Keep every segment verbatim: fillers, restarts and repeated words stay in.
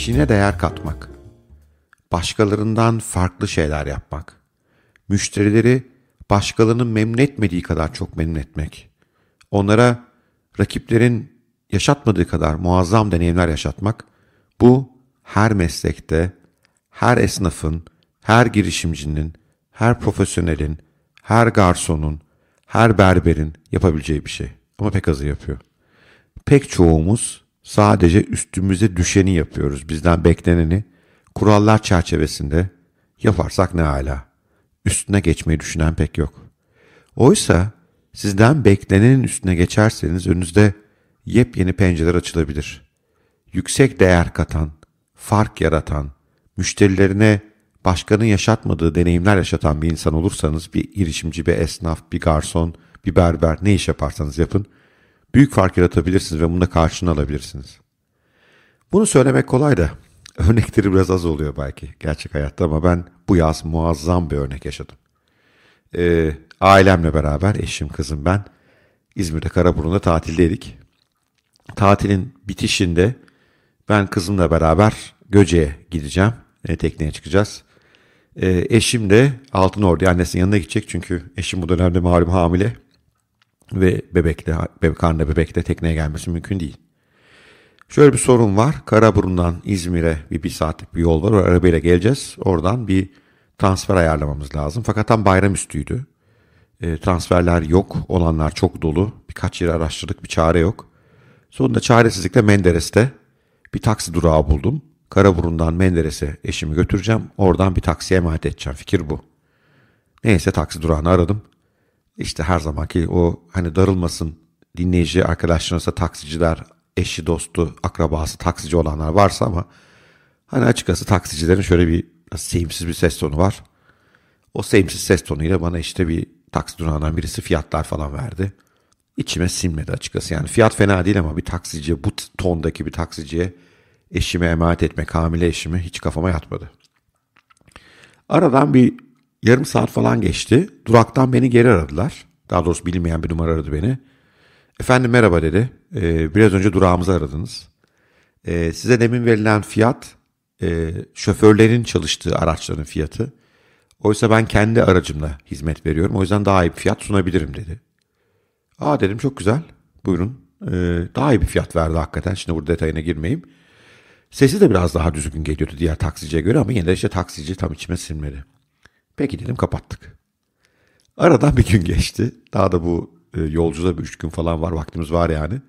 İşine değer katmak, başkalarından farklı şeyler yapmak, müşterileri başkalarının memnun etmediği kadar çok memnun etmek, onlara rakiplerin yaşatmadığı kadar muazzam deneyimler yaşatmak, bu her meslekte, her esnafın, her girişimcinin, her profesyonelin, her garsonun, her berberin yapabileceği bir şey. Ama pek azı yapıyor. Pek çoğumuz sadece üstümüze düşeni yapıyoruz. Bizden bekleneni kurallar çerçevesinde yaparsak ne âlâ. Üstüne geçmeyi düşünen pek yok. Oysa sizden beklenenin üstüne geçerseniz önünüzde yepyeni pencereler açılabilir. Yüksek değer katan, fark yaratan, müşterilerine başkanın yaşatmadığı deneyimler yaşatan bir insan olursanız, bir girişimci, bir esnaf, bir garson, bir berber, ne iş yaparsanız yapın, büyük fark yaratabilirsiniz ve bunda karşılığını alabilirsiniz. Bunu söylemek kolay da örnekleri biraz az oluyor belki gerçek hayatta, ama ben bu yaz muazzam bir örnek yaşadım. Ee, ailemle beraber, eşim, kızım, ben İzmir'de Karaburun'da tatildeydik. Tatilin bitişinde ben kızımla beraber Göce'ye gideceğim. E, tekneye çıkacağız. E, eşim de Altınordu'ya annesinin yanına gidecek. Çünkü eşim bu dönemde malum hamile. Ve bebekle, bebek, karnında bebekle tekneye gelmesi mümkün değil. Şöyle bir sorun var. Karaburun'dan İzmir'e bir, bir saatlik bir yol var. O arabayla geleceğiz. Oradan bir transfer ayarlamamız lazım. Fakat tam bayram üstüydü. E, transferler yok. Olanlar çok dolu. Birkaç yeri araştırdık. Bir çare yok. Sonunda çaresizlikle Menderes'te bir taksi durağı buldum. Karaburun'dan Menderes'e eşimi götüreceğim. Oradan bir taksiye emanet edeceğim. Fikir bu. Neyse taksi durağını aradım. İşte her zamanki o hani darılmasın dinleyici arkadaşlarınızsa taksiciler, eşi, dostu, akrabası taksici olanlar varsa, ama hani açıkçası taksicilerin şöyle bir sevimsiz bir ses tonu var. O sevimsiz ses tonuyla bana işte bir taksi durağından birisi fiyatlar falan verdi. İçime sinmedi açıkçası. Yani fiyat fena değil ama bir taksiciye, bu tondaki bir taksiciye eşime emanet etmek, hamile eşimi, hiç kafama yatmadı. Aradan bir yarım saat falan geçti. Duraktan beni geri aradılar. Daha doğrusu bilinmeyen bir numara aradı beni. Efendim merhaba dedi. Ee, biraz önce durağımızı aradınız. Ee, size demin verilen fiyat e, şoförlerin çalıştığı araçların fiyatı. Oysa ben kendi aracımla hizmet veriyorum. O yüzden daha iyi bir fiyat sunabilirim dedi. Aa dedim, çok güzel. Buyurun. Ee, daha iyi bir fiyat verdi hakikaten. Şimdi burada detayına girmeyeyim. Sesi de biraz daha düzgün geliyordu diğer taksiciye göre, ama yine de işte taksici tam içime sinmedi. Peki dedim, kapattık. Aradan bir gün geçti. Daha da bu e, yolculuğa bir üç gün falan var, vaktimiz var yani.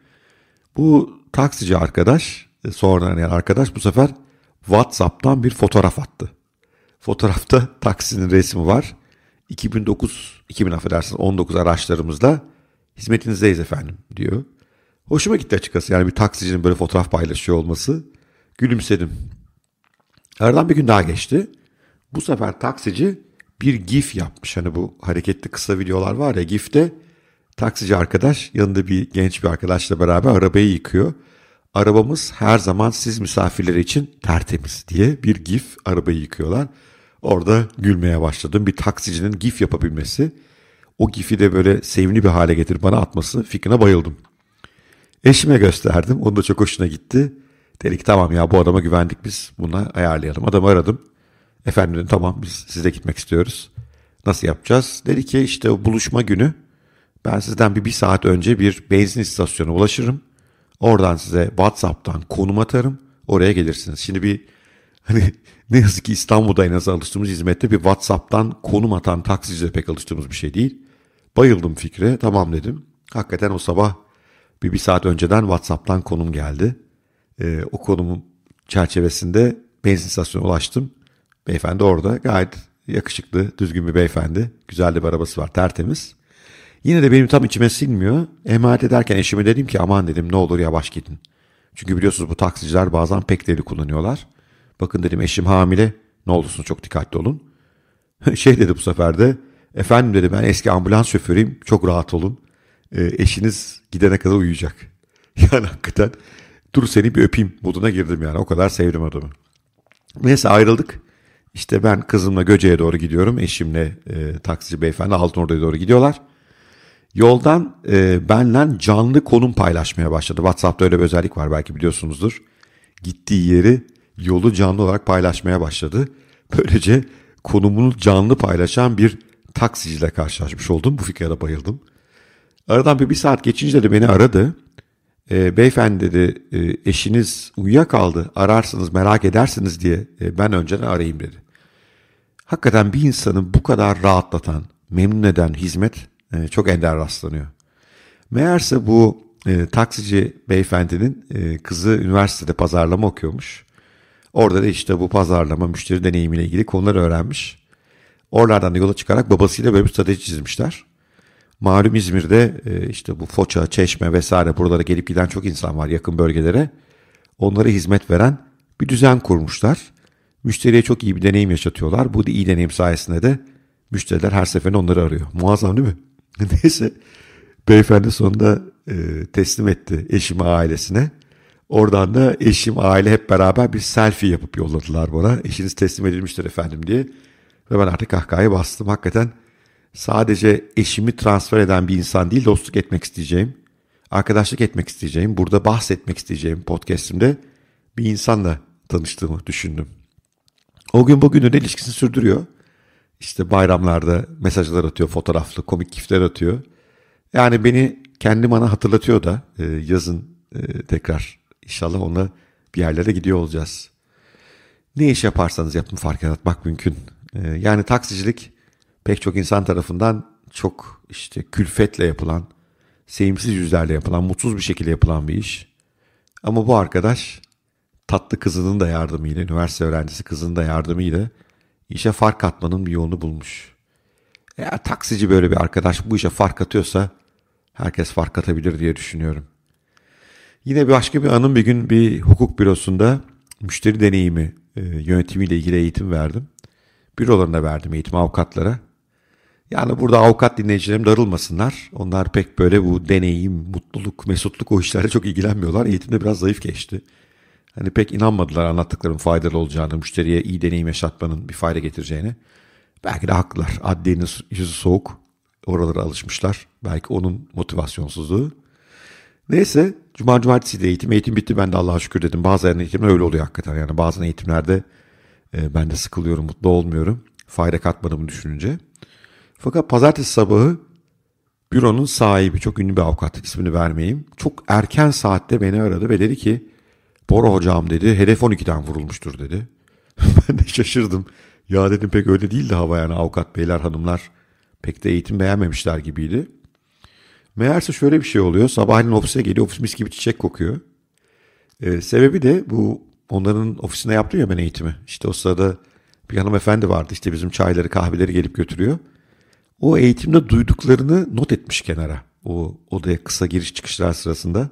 Bu taksici arkadaş, e, sonra yani arkadaş bu sefer WhatsApp'tan bir fotoğraf attı. Fotoğrafta taksinin resmi var. iki bin dokuz, iki bin affedersiniz on dokuz araçlarımızla hizmetinizdeyiz efendim diyor. Hoşuma gitti açıkçası, yani bir taksicinin böyle fotoğraf paylaşıyor olması. Gülümsedim. Aradan bir gün daha geçti. Bu sefer taksici bir gif yapmış. Hani bu hareketli kısa videolar var ya, gifte taksici arkadaş yanında bir genç bir arkadaşla beraber arabayı yıkıyor. Arabamız her zaman siz misafirleri için tertemiz diye bir gif, arabayı yıkıyorlar. Orada gülmeye başladım. Bir taksicinin gif yapabilmesi, o gifi de böyle sevimli bir hale getirip bana atması fikrine bayıldım. Eşime gösterdim. Onun da çok hoşuna gitti. Dedik tamam ya, bu adama güvendik biz. Buna ayarlayalım. Adamı aradım. Efendim dedim, tamam biz size gitmek istiyoruz. Nasıl yapacağız? Dedi ki işte o buluşma günü ben sizden bir, bir saat önce bir benzin istasyonuna ulaşırım. Oradan size WhatsApp'tan konum atarım. Oraya gelirsiniz. Şimdi bir hani ne yazık ki İstanbul'da en az alıştığımız hizmette bir WhatsApp'tan konum atan taksicilere pek alıştığımız bir şey değil. Bayıldım fikre. Tamam dedim. Hakikaten o sabah bir, bir saat önceden WhatsApp'tan konum geldi. Ee, o konumun çerçevesinde benzin istasyonuna ulaştım. Beyefendi orada, gayet yakışıklı, düzgün bir beyefendi. Güzel de bir arabası var, tertemiz. Yine de benim tam içime sinmiyor. Emanet ederken eşime dedim ki aman dedim, ne olur yavaş gidin. Çünkü biliyorsunuz bu taksiciler bazen pek deli kullanıyorlar. Bakın dedim, eşim hamile, ne olursunuz çok dikkatli olun. Şey dedi bu sefer de, efendim dedi, ben eski ambulans şoförüyüm, çok rahat olun. Ee, eşiniz gidene kadar uyuyacak. Yani hakikaten dur seni bir öpeyim moduna girdim yani, o kadar sevdim adamı. Neyse ayrıldık. İşte ben kızımla Göce'ye doğru gidiyorum. Eşimle e, taksici beyefendi Altınordu'ya doğru gidiyorlar. Yoldan e, benimle canlı konum paylaşmaya başladı. WhatsApp'ta öyle bir özellik var, belki biliyorsunuzdur. Gittiği yeri yolu canlı olarak paylaşmaya başladı. Böylece konumunu canlı paylaşan bir taksiciyle karşılaşmış oldum. Bu fikre de bayıldım. Aradan bir, bir saat geçince de beni aradı. E, beyefendi dedi, e, eşiniz uyuyakaldı, ararsınız, merak edersiniz diye e, ben önceden arayayım dedi. Hakikaten bir insanı bu kadar rahatlatan, memnun eden hizmet e, çok ender rastlanıyor. Meğerse bu e, taksici beyefendinin e, kızı üniversitede pazarlama okuyormuş. Orada da işte bu pazarlama, müşteri deneyimiyle ilgili konuları öğrenmiş. Oralardan da yola çıkarak babasıyla böyle bir strateji çizmişler. Malum İzmir'de e, işte bu Foça, Çeşme vesaire buralara gelip giden çok insan var yakın bölgelere. Onlara hizmet veren bir düzen kurmuşlar. Müşteriye çok iyi bir deneyim yaşatıyorlar. Bu da iyi deneyim sayesinde de müşteriler her seferinde onları arıyor. Muazzam değil mi? Neyse beyefendi sonunda e, teslim etti eşimi ailesine. Oradan da eşim aile hep beraber bir selfie yapıp yolladılar bana. Eşiniz teslim edilmiştir efendim diye. Ve ben artık kahkahaya bastım. Hakikaten sadece eşimi transfer eden bir insan değil, dostluk etmek isteyeceğim, arkadaşlık etmek isteyeceğim, burada bahsetmek isteyeceğim podcastimde bir insanla tanıştığımı düşündüm. O gün bugünün de ilişkisini sürdürüyor. İşte bayramlarda mesajlar atıyor, fotoğraflı, komik gifler atıyor. Yani beni kendi bana hatırlatıyor da e, yazın e, tekrar inşallah onunla bir yerlere gidiyor olacağız. Ne iş yaparsanız yapın fark yaratmak mümkün. E, yani taksicilik pek çok insan tarafından çok işte külfetle yapılan, sevimsiz yüzlerle yapılan, mutsuz bir şekilde yapılan bir iş. Ama bu arkadaş tatlı kızının da yardımıyla, üniversite öğrencisi kızının da yardımıyla işe fark atmanın bir yolunu bulmuş. Eğer taksici böyle bir arkadaş bu işe fark atıyorsa herkes fark atabilir diye düşünüyorum. Yine başka bir anım, bir gün bir hukuk bürosunda müşteri deneyimi e, yönetimiyle ilgili eğitim verdim. Bürolarına verdim eğitim avukatlara. Yani burada avukat dinleyicilerim darılmasınlar. Onlar pek böyle bu deneyim, mutluluk, mesutluk o işlerle çok ilgilenmiyorlar. Eğitimde biraz zayıf geçti. Hani pek inanmadılar anlattıklarım faydalı olacağını, müşteriye iyi deneyim yaşatmanın bir fayda getireceğini. Belki de haklılar. Adliyenin yüzü soğuk. Oralara alışmışlar. Belki onun motivasyonsuzluğu. Neyse cuma cumartesi de eğitim. Eğitim bitti, ben de Allah'a şükür dedim. Bazen eğitimler öyle oluyor hakikaten. Yani bazen eğitimlerde e, ben de sıkılıyorum, mutlu olmuyorum. Fayda katmadığımı düşününce. Fakat pazartesi sabahı büronun sahibi, çok ünlü bir avukat, ismini vermeyeyim, çok erken saatte beni aradı ve dedi ki Bora hocam dedi, hedef on ikiden vurulmuştur dedi. Ben de şaşırdım. Ya dedim pek öyle değildi hava, yani avukat beyler hanımlar pek de eğitim beğenmemişler gibiydi. Meğerse şöyle bir şey oluyor. Sabahleyin ofise geliyor, ofis mis gibi çiçek kokuyor. Ee, sebebi de bu, onların ofisine yaptım ya ben eğitimi. İşte o sırada bir hanımefendi vardı, işte bizim çayları kahveleri gelip götürüyor. O eğitimde duyduklarını not etmiş kenara. O odaya kısa giriş çıkışlar sırasında.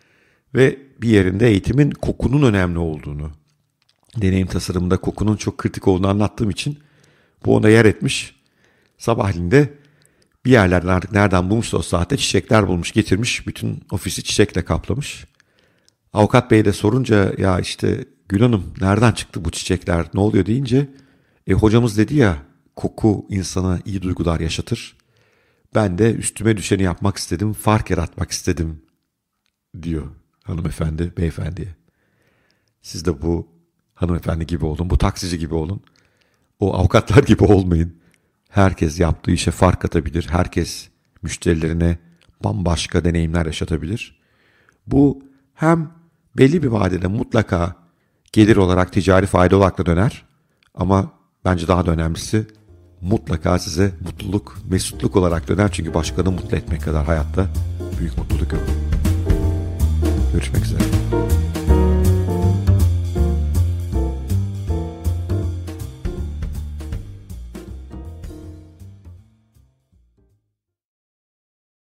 Ve bir yerinde eğitimin kokunun önemli olduğunu, deneyim tasarımında kokunun çok kritik olduğunu anlattığım için bu ona yer etmiş. Sabahleyin de bir yerlerden artık nereden bulmuşsa o saatte çiçekler bulmuş, getirmiş. Bütün ofisi çiçekle kaplamış. Avukat bey de sorunca ya işte Gül Hanım nereden çıktı bu çiçekler, ne oluyor deyince e, hocamız dedi ya koku insana iyi duygular yaşatır. Ben de üstüme düşeni yapmak istedim, fark yaratmak istedim diyor hanımefendi beyefendiye. Siz de bu hanımefendi gibi olun, bu taksici gibi olun. O avukatlar gibi olmayın. Herkes yaptığı işe fark atabilir. Herkes müşterilerine bambaşka deneyimler yaşatabilir. Bu hem belli bir vadede mutlaka gelir olarak, ticari fayda olarak da döner. Ama bence daha da önemlisi mutlaka size mutluluk, mesutluk olarak döner. Çünkü başkalarını mutlu etmek kadar hayatta büyük mutluluk yok. Görüşmek üzere.